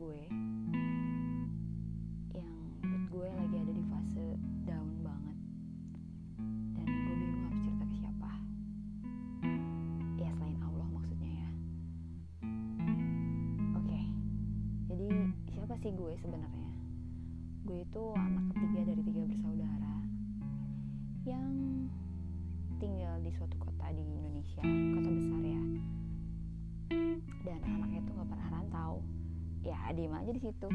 gue yang menurut gue lagi ada di fase down banget, dan gue bingung harus cerita ke siapa. Ya selain Allah maksudnya ya. Oke, jadi siapa sih gue sebenarnya? Gue itu anak ketiga dari 3 bersaudara yang tinggal di suatu kota di Indonesia, kota besar ya. Dan anaknya tuh nggak pernah rantau, ya diem aja di situ.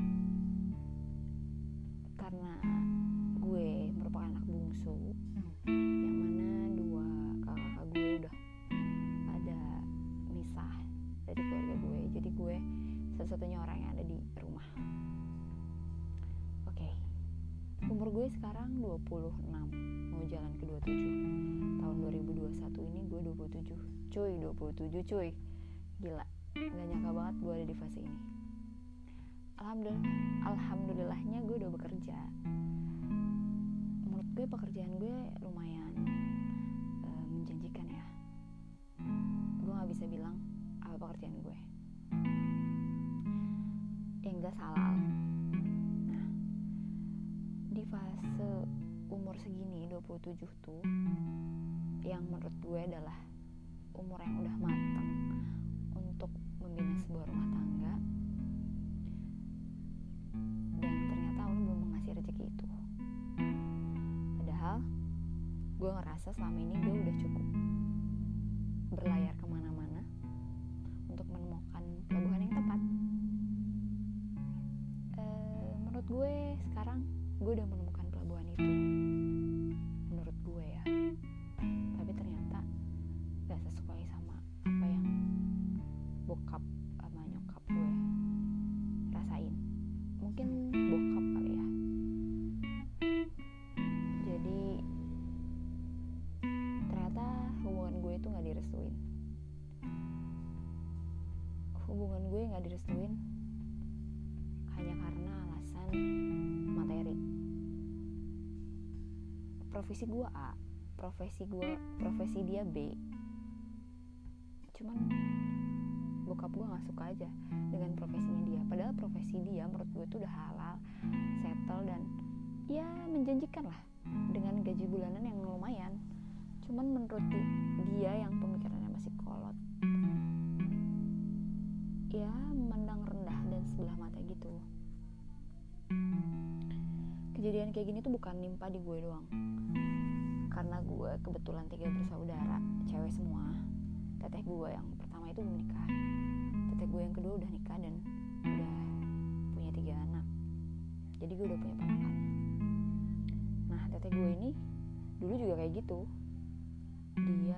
Karena gue merupakan anak bungsu, yang mana 2 kakak gue udah pada misah dari keluarga gue, jadi gue satu-satunya orang yang ada di rumah. Oke, umur gue sekarang 26, mau jalan ke 27. Tahun 2021 ini gue 27 cuy. Gila, gak nyangka banget gue ada di fase ini. Alhamdulillahnya gue udah bekerja. Menurut gue pekerjaan gue lumayan menjanjikan ya. Gue gak bisa bilang apa pekerjaan gue. Yang jelas halal. Nah, di fase umur segini 27 tuh, yang menurut gue adalah umur yang udah matang untuk membina sebuah rumah tangga, dan ternyata Allah belum mengasih rezeki itu. Padahal gue ngerasa selama ini gue udah cukup berlayar kemana-mana untuk menemukan pelabuhan yang tepat. Menurut gue sekarang gue udah menemukan pelabuhan itu, menurut gue ya. Tapi ternyata gak sesuai sama apa yang bokap sama nyokap gue rasain. Mungkin bokap kali ya. Jadi ternyata hubungan gue itu gak direstuin. Hubungan gue gak direstuin hanya karena alasan materi. Profesi gue A, profesi dia B. Cuman bokap gue gak suka aja dengan profesinya dia. Padahal profesi dia menurut gue itu udah halal, settle, dan ya menjanjikan lah, dengan gaji bulanan yang lumayan. Cuman menurut dia yang pemikirannya masih kolot, ya memandang rendah dan sebelah mata gitu. Kejadian kayak gini tuh bukan nimpa di gue doang. Karena gue kebetulan 3 bersaudara, cewek semua. Teteh gue yang pertama itu belum nikah. Teteh gue yang kedua udah nikah dan udah punya 3 anak. Jadi gue udah punya ponakan. Nah, teteh gue ini dulu juga kayak gitu. Dia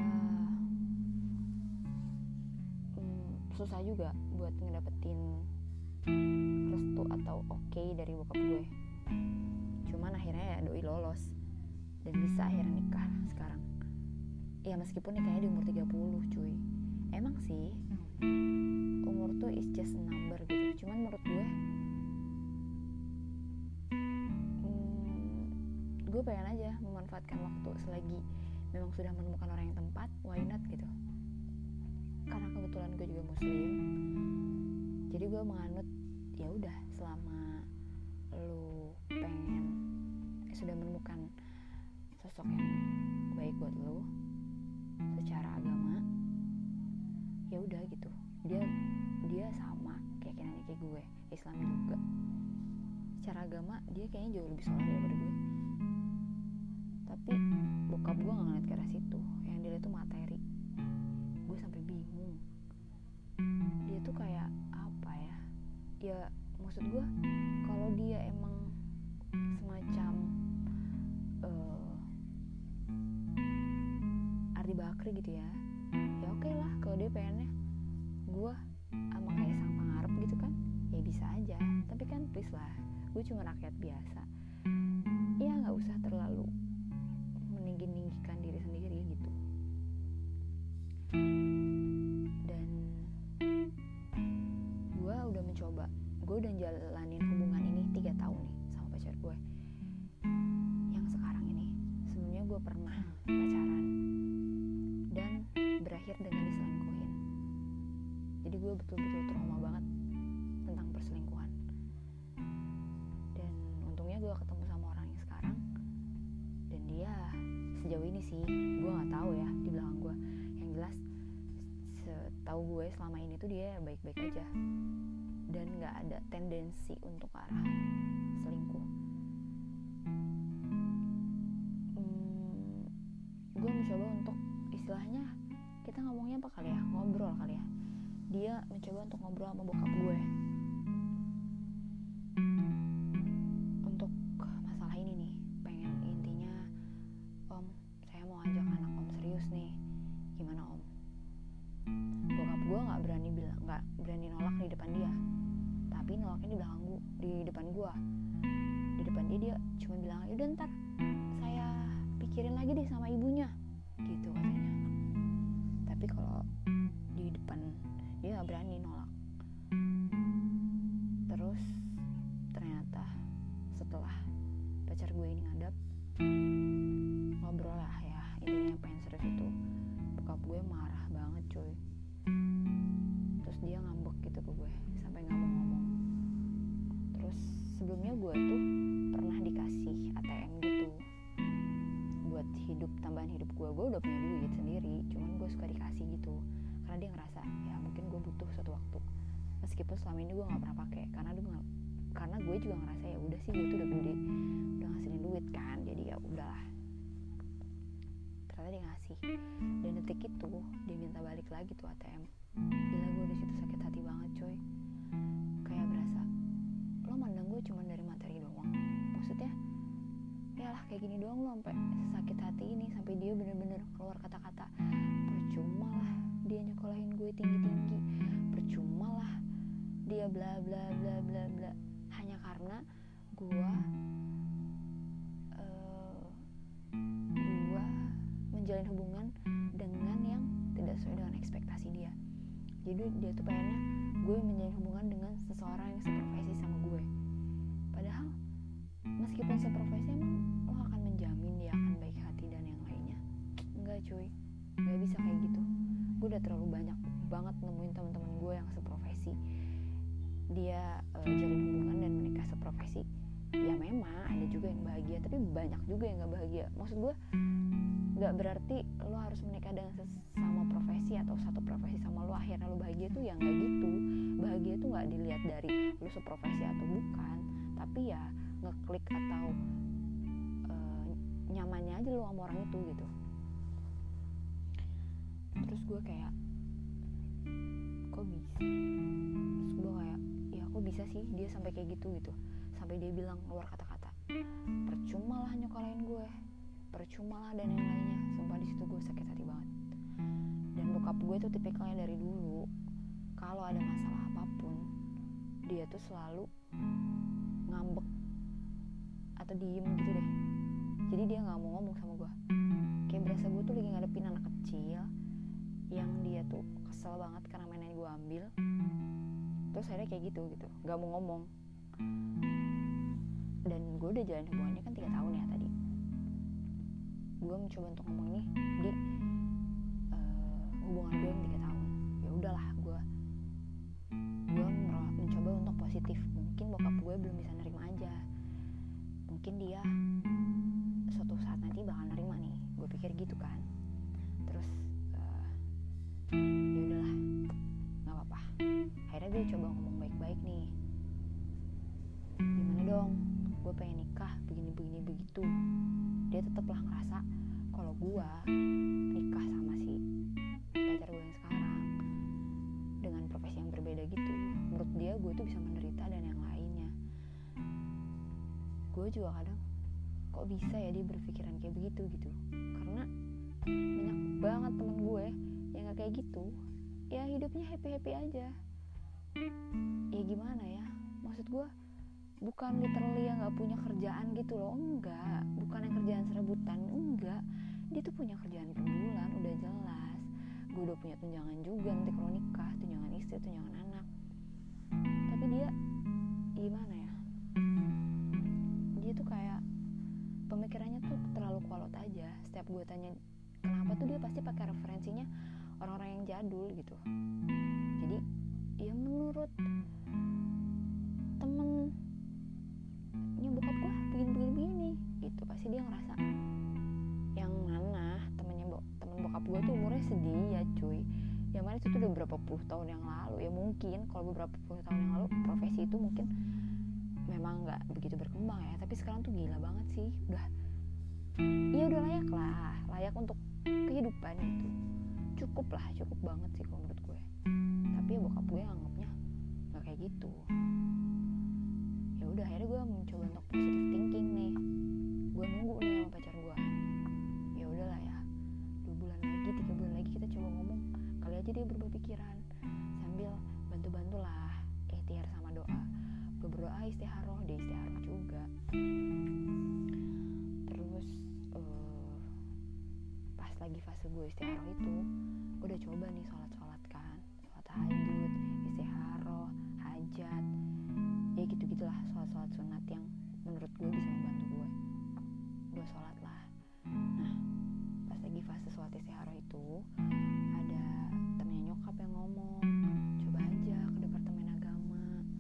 susah juga buat ngedapetin restu atau oke dari bokap gue. Cuman akhirnya ya doi lolos dan bisa akhirnya nikah sekarang. Ya meskipun nikahnya di umur 30 cuy. Emang sih umur tuh is just a number gitu. Cuman menurut gue pengen aja memanfaatkan waktu selagi memang sudah menemukan orang yang tepat. Why not gitu. Karena kebetulan gue juga muslim, jadi gue menganut ya udah, selama lu pengen sudah menemukan sosok yang baik buat lu secara agama, ya udah gitu. Dia sama keyakinannya kayak gue, Islam juga. Secara agama dia kayaknya jauh lebih soleh daripada gue. Tapi bokap gue nggak ngeliat ke arah situ, yang dia lihat tuh materi. Gue sampai bingung. Dia tuh kayak apa ya? Ya maksud gue, kalau dia emang semacam Ardi Bakri gitu ya oke lah. Kalau dia pengennya gue sama kayak sang pengarep gitu kan, ya bisa aja. Tapi kan please lah, gue cuma rakyat biasa. Ya gak usah terlalu meninggi-ninggikan diri sendiri gitu. Dan gue udah mencoba, gue udah jalanin hubungan ini 3 tahun nih sama pacar gue yang sekarang ini. Sebelumnya gue pernah pacaran dan berakhir dengan diselingkuhin. Jadi gue betul-betul trauma banget tentang perselingkuhan. sejauh ini sih gue nggak tahu ya di belakang gue. Yang jelas setahu gue selama ini tuh dia baik-baik aja dan nggak ada tendensi untuk ke arah selingkuh. Gue mencoba untuk istilahnya kita ngomongnya apa kali ya, ngobrol kali ya. Dia mencoba untuk ngobrol sama bokap gue untuk masalah ini nih. Pengen intinya, om, saya mau ajak anak om serius nih, gimana om? Bokap gue nggak berani nolak di depan dia, tapi nolaknya di belakang gue, di depan gue. Di depan dia cuma bilang, udah ntar saya pikirin lagi deh sama ibunya, gitu katanya. Tapi kalau di depan dia nggak berani nolak. Terus ternyata setelah pacar gue ini ngadap, ngobrol lah ya, intinya pengen serius itu, bokap gue marah banget cuy. Terus dia ngambek gitu ke gue sampai nggak mau ngomong. Terus sebelumnya gue tuh pernah dikasih ATM gitu buat tambahan hidup gue udah punya duit sendiri, cuman gue suka dikasih gitu karena dia ngerasa ya mungkin gue butuh suatu waktu, meskipun selama ini gue nggak pernah pakai karena gue juga ngerasa ya udah sih gue tuh udah gede, udah ngasilin duit kan, jadi ya udahlah. Ternyata dia ngasih, dan detik itu dia minta balik lagi tuh ATM. Gila, gue di situ sakit hati banget coy. Kayak berasa lo mandang gue cuma dari materi doang, maksudnya ya lah kayak gini doang lo sampai sakit hati ini, sampai dia bener-bener keluar kata-kata percuma lah dia nyekolahin gue tinggi-tinggi, percuma lah dia bla bla bla bla bla, hanya karena gue menjalin hubungan dengan yang tidak sesuai dengan ekspektasi dia. Jadi dia tuh pengennya gue menjalin hubungan dengan seseorang yang seprofesi sama gue, padahal meskipun seprofesi emang lo akan menjamin dia akan baik hati dan yang lainnya? Enggak cuy, nggak bisa kayak gitu. Gue udah terlalu banyak banget nemuin teman-teman gue yang seprofesi, dia jalin hubungan dan menikah seprofesi. Ya memang ada juga yang bahagia, tapi banyak juga yang nggak bahagia. Maksud gue nggak berarti lo harus menikah dengan sama profesi atau satu profesi sama lo akhirnya lo bahagia tuh, ya nggak gitu. Bahagia tuh nggak dilihat dari lo seprofesi atau bukan, tapi ya ngeklik atau nyamannya aja lo sama orang itu gitu. Terus gue kayak kok bisa? Terus gue kayak ya kok bisa sih dia sampai kayak gitu, sampai dia bilang keluar kata-kata percuma lah nyokolain gue, percuma lah dan yang lainnya. Sumpah di situ gue sakit hati banget. Dan bokap gue tuh tipikalnya dari dulu kalau ada masalah apapun dia tuh selalu ngambek atau diem gitu deh. Jadi dia nggak mau ngomong sama gue, kayak berasa gue tuh lagi ngadepin anak kecil yang dia tuh kesel banget karena mainan gue ambil. Terus akhirnya kayak gitu nggak mau ngomong. Dan gue udah jalan hubungannya kan 3 tahun ya tadi. Gue mencoba untuk ngomong nih di hubungan gue yang 3 tahun. Ya udahlah, gue mencoba untuk positif. Mungkin bokap gue belum bisa nerima aja, mungkin dia suatu saat nanti bakal nerima nih, gue pikir gitu kan. Terus ya udahlah, nggak apa-apa. Akhirnya gue coba ngomong baik-baik nih, gimana dong, gue pengen nikah begini begitu. Dia tetaplah ngerasa kalau gue nikah sama si pacar gue yang sekarang dengan profesi yang berbeda gitu, menurut dia gue tuh bisa menderita dan yang lainnya. Gue juga kadang kok bisa ya dia berpikiran kayak begitu gitu, karena banyak banget temen gue yang gak kayak gitu, ya hidupnya happy aja. Ya gimana ya, maksud gue bukan literally yang gak punya kerjaan gitu loh, enggak, bukan yang kerjaan serabutan, enggak. Dia tuh punya kerjaan per bulan, udah jelas. Gue udah punya tunjangan juga nanti kalau nikah, tunjangan istri, tunjangan anak. Tapi dia gimana ya, dia tuh kayak pemikirannya tuh terlalu kolot aja. Setiap gue tanya kenapa tuh dia pasti pakai referensinya orang-orang yang jadul gitu. Jadi ya menurut temennya bokap gue begini gitu, pasti dia ngerasa yang mana jurnalis itu udah berapa puluh tahun yang lalu. Ya mungkin kalau beberapa puluh tahun yang lalu profesi itu mungkin memang nggak begitu berkembang ya, tapi sekarang tuh gila banget sih, udah layak untuk kehidupan gitu. Cukup banget sih kalau menurut gue. Tapi ya bokap gue anggapnya nggak kayak gitu. Ya udah, akhirnya gue mencoba untuk positive thinking nih. Gue nunggu nih sama pacar gue. Ya udahlah ya, 2 bulan lagi, 3 bulan lagi kita coba ngomong, kali aja dia berubah pikiran. Sambil bantu-bantulah ikhtiar sama doa. Gue berdoa istiharoh, dia istiharoh juga. Terus pas lagi fase gue istiharoh itu, gue udah coba nih sholat kan, sholat tahajud, istiharoh, hajat, ya gitu-gitulah, sholat sunat yang menurut gue bisa membantu gue sholat lah. Nah, pas lagi fase sholat istiharoh itu, ada temennya nyokap yang ngomong, coba aja ke departemen agama,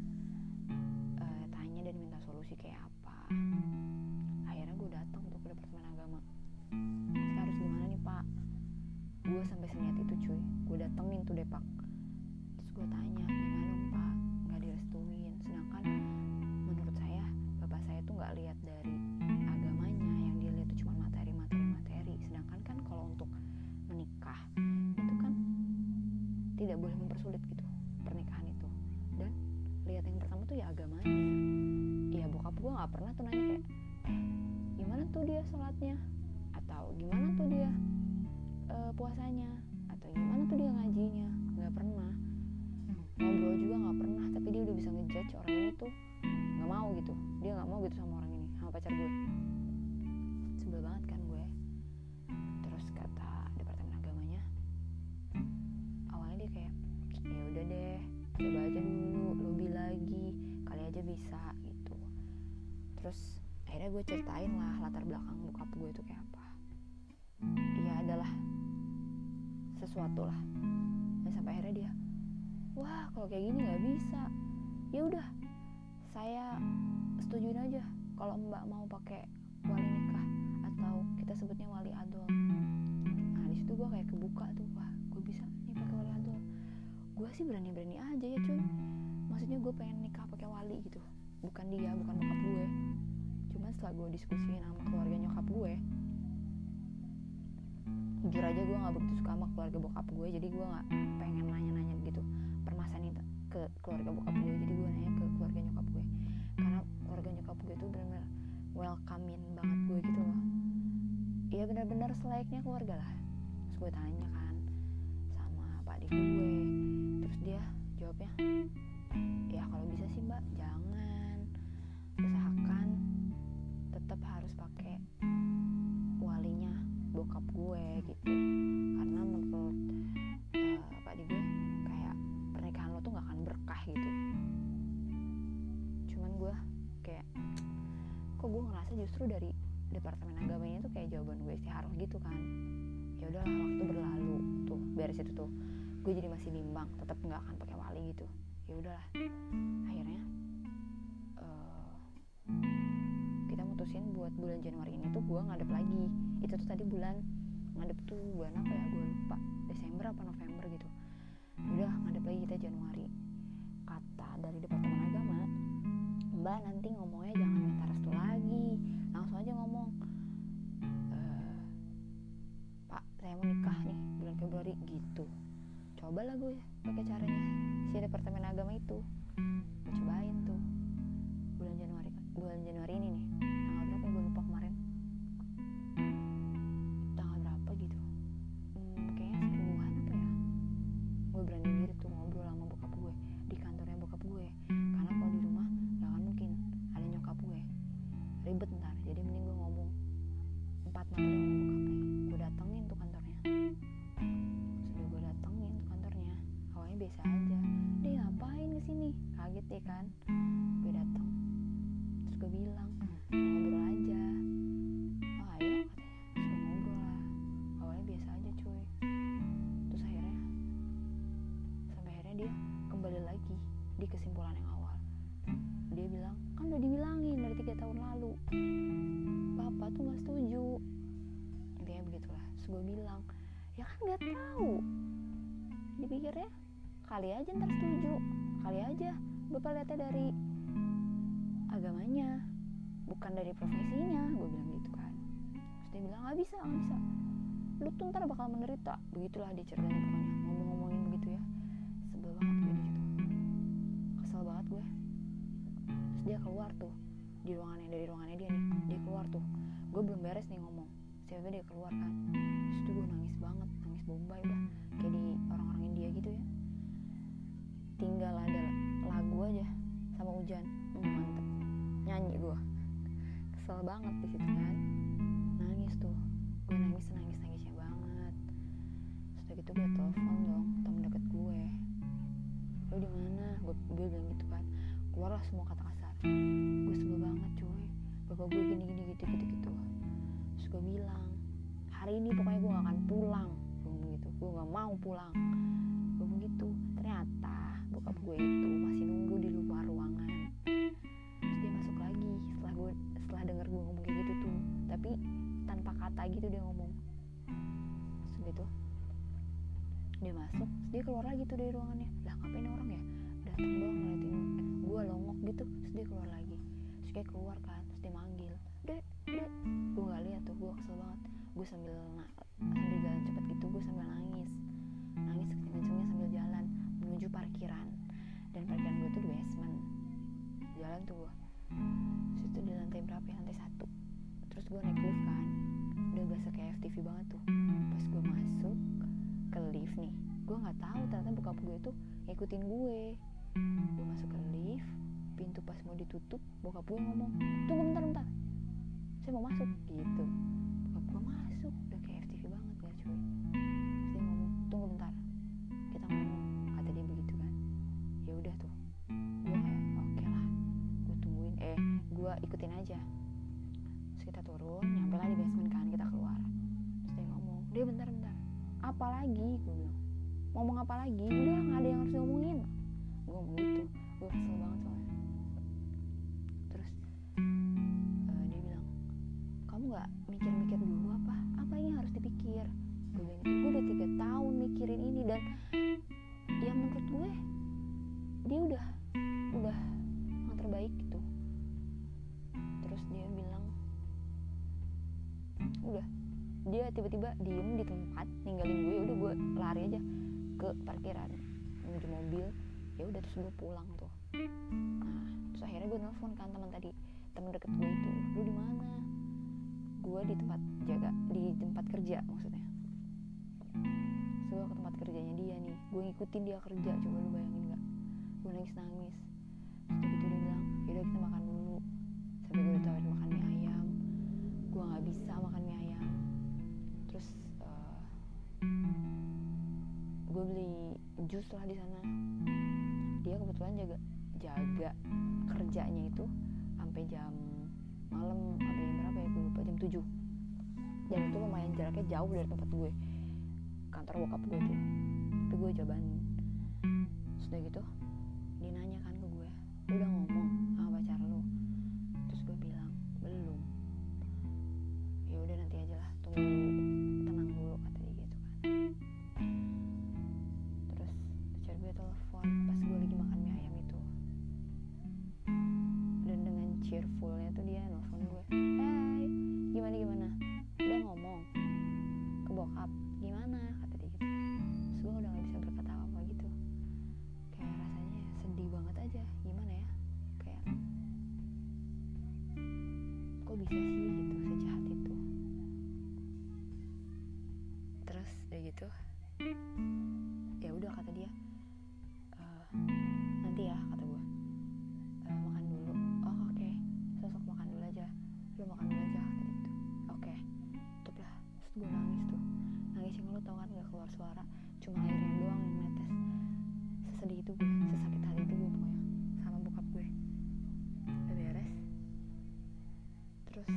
tanya dan minta solusi kayak apa. Akhirnya gue datang tuh ke departemen agama. Saya harus gimana nih pak? Gue sampai seniat itu cuy, gue datengin tuh Depak. Terus gue tanya, gimana dong pak, gak direstuin. Sedangkan menurut saya bapak saya tuh gak lihat dari agamanya, yang dia lihat tuh cuma materi. Sedangkan kan kalau untuk menikah itu kan tidak boleh mempersulit gitu pernikahan itu. Dan lihat yang pertama tuh ya agamanya. Ya bokap gue gak pernah tuh nanya kayak gimana tuh dia sholatnya, atau gimana tuh dia puasanya, atau gimana tuh dia ngajinya. Gak pernah. Ngobrol juga gak pernah. Tapi dia udah bisa ngejudge orang ini tuh gak mau gitu. Dia gak mau gitu sama orang ini, sama pacar gue. Sebel banget kan gue. Terus kata departemen agamanya, awalnya dia kayak ya udah deh, coba aja dulu, lobby lagi, kali aja bisa gitu. Terus akhirnya gue ceritain lah latar belakang bokap gue itu kayak apa. Ya adalah sesuatu lah. Dan sampai akhirnya dia, wah kalau kayak gini nggak bisa. Ya udah, saya setujuin aja kalau mbak mau pakai wali nikah, atau kita sebutnya wali adol. Nah di situ gue kayak kebuka tuh, wah gue bisa nih pakai wali adol. Gue sih berani aja ya cuy. Maksudnya gue pengen nikah pakai wali gitu, bukan dia, bukan bokap gue. Cuman setelah gue diskusiin sama keluarga nyokap gue, jujur aja gue gak begitu suka sama keluarga bokap gue. Jadi gue gak pengen nanya-nanya gitu permasalahan itu ke keluarga bokap gue. Jadi gue nanya ke keluarga nyokap gue, karena keluarga nyokap gue tuh benar-benar welcome-in banget gue gitu loh. Iya benar-benar selayaknya keluarga lah. Terus gue tanya kan sama pak adik gue. Terus dia jawabnya, ya kalau bisa sih mbak jangan, usahakan tetap harus pakai walinya bokap gue gitu. Karena menurut pak adik gue kayak pernikahan lo tuh gak akan berkah gitu. Cuman gue kayak, kok gue ngerasa justru dari departemen agamanya tuh kayak jawaban gue istiharoh gitu kan. Ya udahlah, waktu berlalu tuh beres itu tuh, gue jadi masih bimbang, tetap nggak akan pakai wali gitu. Ya udahlah, akhirnya kita mutusin buat bulan Januari ini tuh gue ngadep lagi. Itu tuh tadi bulan ngadep tuh bulan apa ya, gue lupa, Desember apa November gitu. Udah ngadep lagi kita Januari. Kata dari departemen agama, mbak nanti ngomongnya jangan minta restu lagi, langsung aja ngomong, pak saya mau nikah nih bulan Februari gitu. Cobalah gue pakai caranya si departemen agama itu. Gue cobain tuh bulan Januari ini nih, tanggal berapa ya gue lupa kemarin, tanggal berapa gitu, kayaknya 10-an apa ya. Gue berani diri tuh ngobrol sama bokap gue di kantornya bokap gue, karena kalau di rumah gak akan mungkin ada nyokap gue, ribet ntar. Jadi mending gue ngomong 4 mata sama bokap nih. Gue datengin tuh kantornya. Sudah gue datengin tuh kantornya, awalnya biasa aja, dia ngapain kesini, kaget deh kan. Gue datang, terus gue bilang ngobrol aja. Oh ayo katanya. Terus gue ngobrol lah, awalnya biasa aja cuy. Terus sampai akhirnya dia kembali lagi di kesimpulan yang awal. Dia bilang, kan udah dibilangin dari 3 tahun lalu, bapak tuh gak setuju, intinya begitulah. Terus gue bilang, ya kan gak tahu, dipikirnya kali aja ntar setuju, kali aja bapak lihatnya dari agamanya bukan dari profesinya, gue bilang gitu kan. Terus dia bilang nggak bisa, lu tuh ntar bakal menderita, begitulah dia ceritanya. Pokoknya ngomong-ngomongin begitu ya, sebel banget gue di situ, kesel banget gue. Terus dia keluar tuh di ruangannya, dari ruangannya dia nih, dia keluar tuh, gue belum beres nih ngomong, siapa dia keluar kan. Terus tuh gue nangis banget, nangis bombay udah kayak di orang-orang India gitu ya. Tinggal ada lagu aja sama hujan, mantep, nyanyi gue, kesel banget di situ kan. Nangis tuh, gue nangisnya banget. Terus udah gitu gue telepon dong temen deket gue, lo di mana? Gue bilang gitu kan, keluarlah semua kata kasar. Gue sebel banget cuy, bapak gue gini gitu. Terus gue bilang, hari ini pokoknya gue gak akan pulang. Gue ngomong gitu, gue gak mau pulang. Gue ngomong gitu. Ternyata bokap gue itu masih nunggu di luar ruangan. Terus dia masuk lagi setelah denger gue ngomong kayak gitu tuh, tapi tanpa kata gitu dia ngomong. Terus gitu dia masuk, terus dia keluar lagi tuh dari ruangannya. Lah ngapain orang ya, dateng doang ngeliatin gue longok gitu. Terus dia keluar lagi, terus dia keluar kan, terus dia manggil, dek. Gue gak lihat tuh, gue kesel banget. Gue sambil jalan cepet gitu, gue sambil nangis kenceng-kencengnya sambil jalan menuju parkiran. Dan parkiran gue tuh di basement, jalan tuh gue situ di lantai berapa ya, lantai 1. Terus gue naik lift kan, udah berasa kayak FTV banget tuh. Pas gue masuk ke lift nih, gue nggak tahu ternyata bokap gue tuh ngikutin gue. Gue masuk ke lift, pintu pas mau ditutup, bokap gue ngomong, tunggu bentar, saya mau masuk gitu. Bokap gue masuk, udah kayak FTV banget gak cuy. Terus dia ngomong, tunggu bentar, kita ngomong, kata dia begitu kan. Ya udah tuh, gue kayak oke lah, gue tungguin, gue ikutin aja. Terus kita turun, nyampe lah di basement kan, kita keluar. Terus dia ngomong, dia bentar, apa lagi? Gue bilang, ngomong apa lagi? Udah gak ada yang harus ngomongin. Gue ngomong gitu, gue kesel banget soalnya. Terus dia bilang, kamu gak mikir-mikir dulu apa yang harus dipikir? Gue bilang gitu, gue udah 3 tahun mikirin ini, dan ya menurut gue dia udah yang terbaik gitu. Terus dia bilang, udah, dia tiba-tiba diem di tempat ninggalin gue. Udah gue lari aja ke parkiran menuju mobil. Ya udah, terus gue pulang tuh. Nah, terus akhirnya gue nelfon kan teman deket gue itu, lu di mana? Gue di tempat kerja maksudnya. Terus gue ke tempat kerjanya dia nih, gue ngikutin dia kerja. Coba lu bayangin nggak? Gue nangis. Terus gitu dia bilang, yaudah kita makan dulu. Sampai gue ditawarin makan mie ayam, gue nggak bisa makan mie ayam. Terus gue beli jus lah di sana. Dia kebetulan jaga kerjanya itu sampai jam malam, sampai jam berapa ya gue lupa, jam 7. Dan itu lumayan jaraknya jauh dari tempat gue, kantor bokap gue tuh. Tapi gue jabanin. Terus udah gitu dia nanya kan ke gue, udah ngomong sama pacar lu? Terus gue bilang belum. Ya udah nanti aja lah, tunggu dulu, tenang dulu, kata dia gitu kan. Terus pacar gue telepon pas gue lagi makan mie ayam itu, dan dengan cheerfulnya tuh dia nelfon gue, hai gimana, udah ngomong ke bokap gimana, kata dia gitu. Terus gue udah gak bisa berkata apa gitu, kayak rasanya sedih banget aja. Gimana ya, kayak kok bisa sih gitu, sejahat itu. Terus udah gitu ya udah, kata dia, nanti ya, kata gue, makan dulu. Oh oke. Sosok makan dulu aja, lu makan dulu aja, kata dia gitu. Oke, tutup lah. Terus gue nangis yang lu tau kan, gak keluar suara, cuma airnya doang yang netes. Sesedih itu gue, sesakit hati itu gue pokoknya sama bokap gue. Udah beres. Terus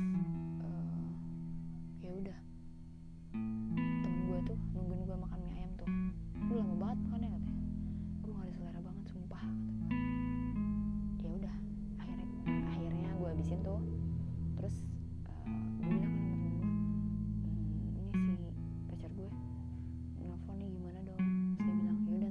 ya udah, temen gue tuh nungguin gue makan mie ayam tuh. Lu lama banget makannya, katanya. Gue gak ada selera banget sumpah, kata gue. Ya udah, akhirnya gue habisin tuh. Terus gue bilang kan sama temen gue, ini si pacar gue nelfon nih, gimana dong? Terus dia bilang, yaudah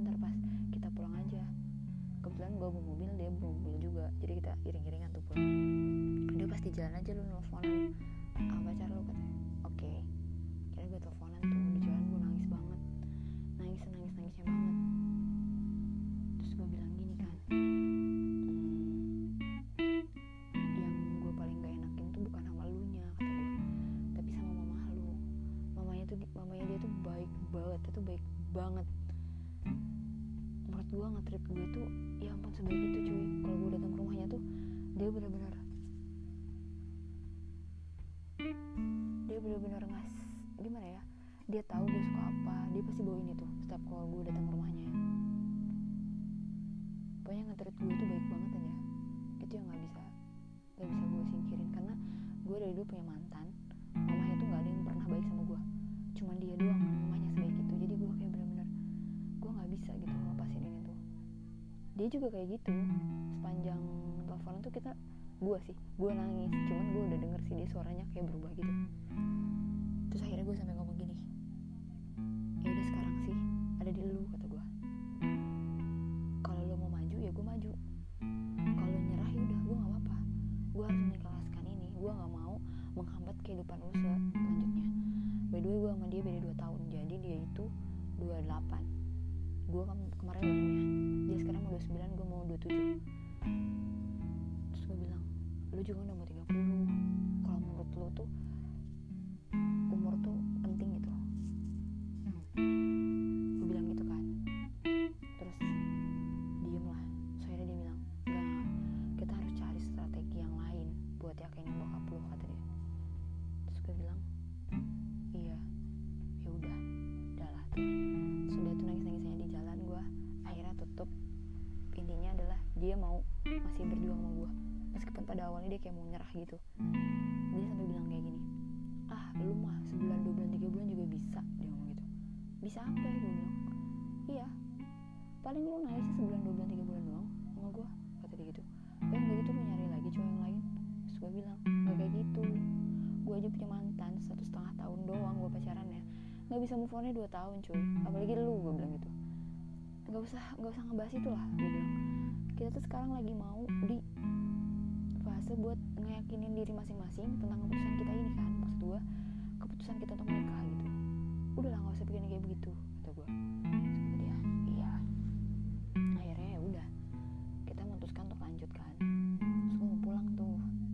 mamanya dia tuh baik banget, itu baik banget. Menurut gue nge-treat gue tuh ya ampun sebaik itu cuy. Kalau gue datang ke rumahnya tuh dia benar-benar gimana ya, dia tahu gue suka apa, dia pasti bawain itu setiap kalau gue datang ke rumahnya ya. Pokoknya nge-treat gue tuh baik banget aja. Itu yang gak bisa gue singkirin, karena gue dari dulu punya mantan, mamanya tuh gak ada yang pernah baik sama gue, cuman dia doang mamanya sebaik itu. Jadi gue kayak bener-bener gue gak bisa gitu ngelepasin ini tuh. Dia juga kayak gitu, sepanjang teleponan tuh gue nangis, cuman gue udah denger sih dia suaranya kayak berubah gitu. Terus akhirnya gue sampai ngomong gini, ya udah sekarang sih ada di lu, kata gue. Kalau lo mau maju ya gue maju, kalau nyerah ya udah gue nggak apa-apa. Gue harus mengikhlaskan ini, gue nggak mau menghambat kehidupan lo selanjutnya. By the way gue sama dia beda 2 tahun, jadi dia itu 28, gue kemarin umurnya, dia sekarang mau 29, gue mau 27. Terus gue bilang, lo juga udah mau 30, kalau menurut lo tuh umur tuh penting gitu, gue bilang gitu kan. Terus diem lah. Terus akhirnya dia bilang, enggak, kita harus cari strategi yang lain buat yakinin bokap lo, kata dia. Terus gue bilang, iya, ya udah lah tuh. Sudah tuh nangis-nangisnya di jalan, gue akhirnya tutup. Intinya adalah dia mau masih berjuang sama gue, meskipun pada awalnya dia kayak mau nyerah gitu. Dia sampai bilang kayak gini, lu mah sebulan, 2 bulan, 3 bulan juga bisa. Dia ngomong gitu. Bisa apa ya? Gue bilang, iya, paling lu nangisnya sebulan, 2 bulan, 3 bulan doang sama gue, kata dia gitu. Yang gak gitu lu nyari lagi cowok yang lain. Terus gue bilang, gak kayak gitu, gue aja punya mantan 1,5 tahun doang gue pacarannya, gak bisa move on-nya 2 tahun cuy, apalagi lu, gue bilang gitu. Gak usah ngebahas itu lah, gue bilang. Kita tuh sekarang lagi mau di fase buat ngeyakinin diri masing-masing tentang keputusan kita ini kan, maksud gue keputusan kita untuk menikah gitu. Udah lah, gak usah pikirin kayak begitu, kata gue. Terus kata dia, iya. Akhirnya ya udah, kita memutuskan untuk lanjut kan. Terus gue mau pulang tuh.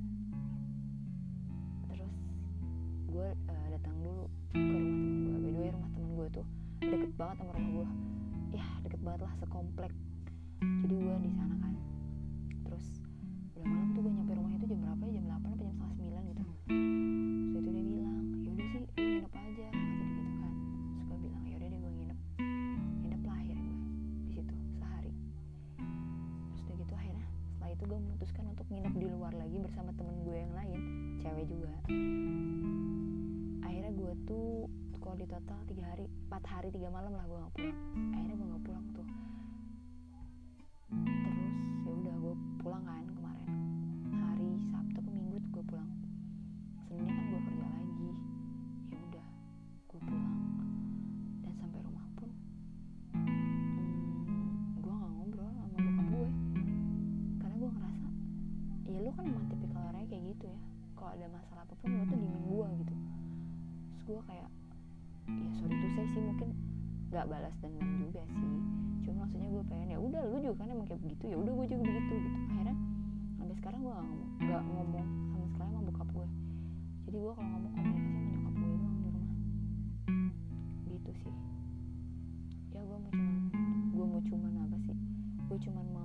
Terus gue datang dulu ke rumah temen gue. By the way, rumah temen gue tuh deket banget sama rumah gue. Ya deket banget lah, sekomplek. Jadi gue di sana kan. Terus udah malam tuh, gue nyampe rumahnya itu jam berapa ya, jam 8 apa jam setengah 9 gitu. Terus itu dia bilang, yaudah sih lu nginep aja, kata dia gitu kan. Terus gue bilang, yaudah deh gue nginep lah akhirnya gue di situ sehari. Terus udah gitu akhirnya setelah itu gue memutuskan untuk nginep di luar lagi bersama temen gue yang lain, cewek juga. Akhirnya gue tuh kalau di total 4 hari 3 malam lah gue gak pulang. Akhirnya gue gak pulang tuh. Terus ya udah gue pulang kan kemarin hari Sabtu ke Minggu tuh gue pulang. Seninnya kan gue kerja lagi. Ya udah gue pulang, dan sampai rumah pun gue nggak ngobrol sama bokap gue, karena gue ngerasa ya lu kan emang tipikal orangnya kayak gitu ya, kalau ada masalah apapun lu tuh diemin gue gitu. Terus gue kayak ya sorry tuh saya sih mungkin nggak balas dendam juga sih, cuma maksudnya gue pengen ya udah lu juga kan emang kayak begitu, ya udah gue juga begitu gitu. Akhirnya sampai sekarang gue nggak ngomong sama sekali sama bokap gue. Jadi gue kalau ngomong komunikasi sama nyokap gue doang di rumah gitu sih. Ya gue mau cuman apa sih, gue cuman mau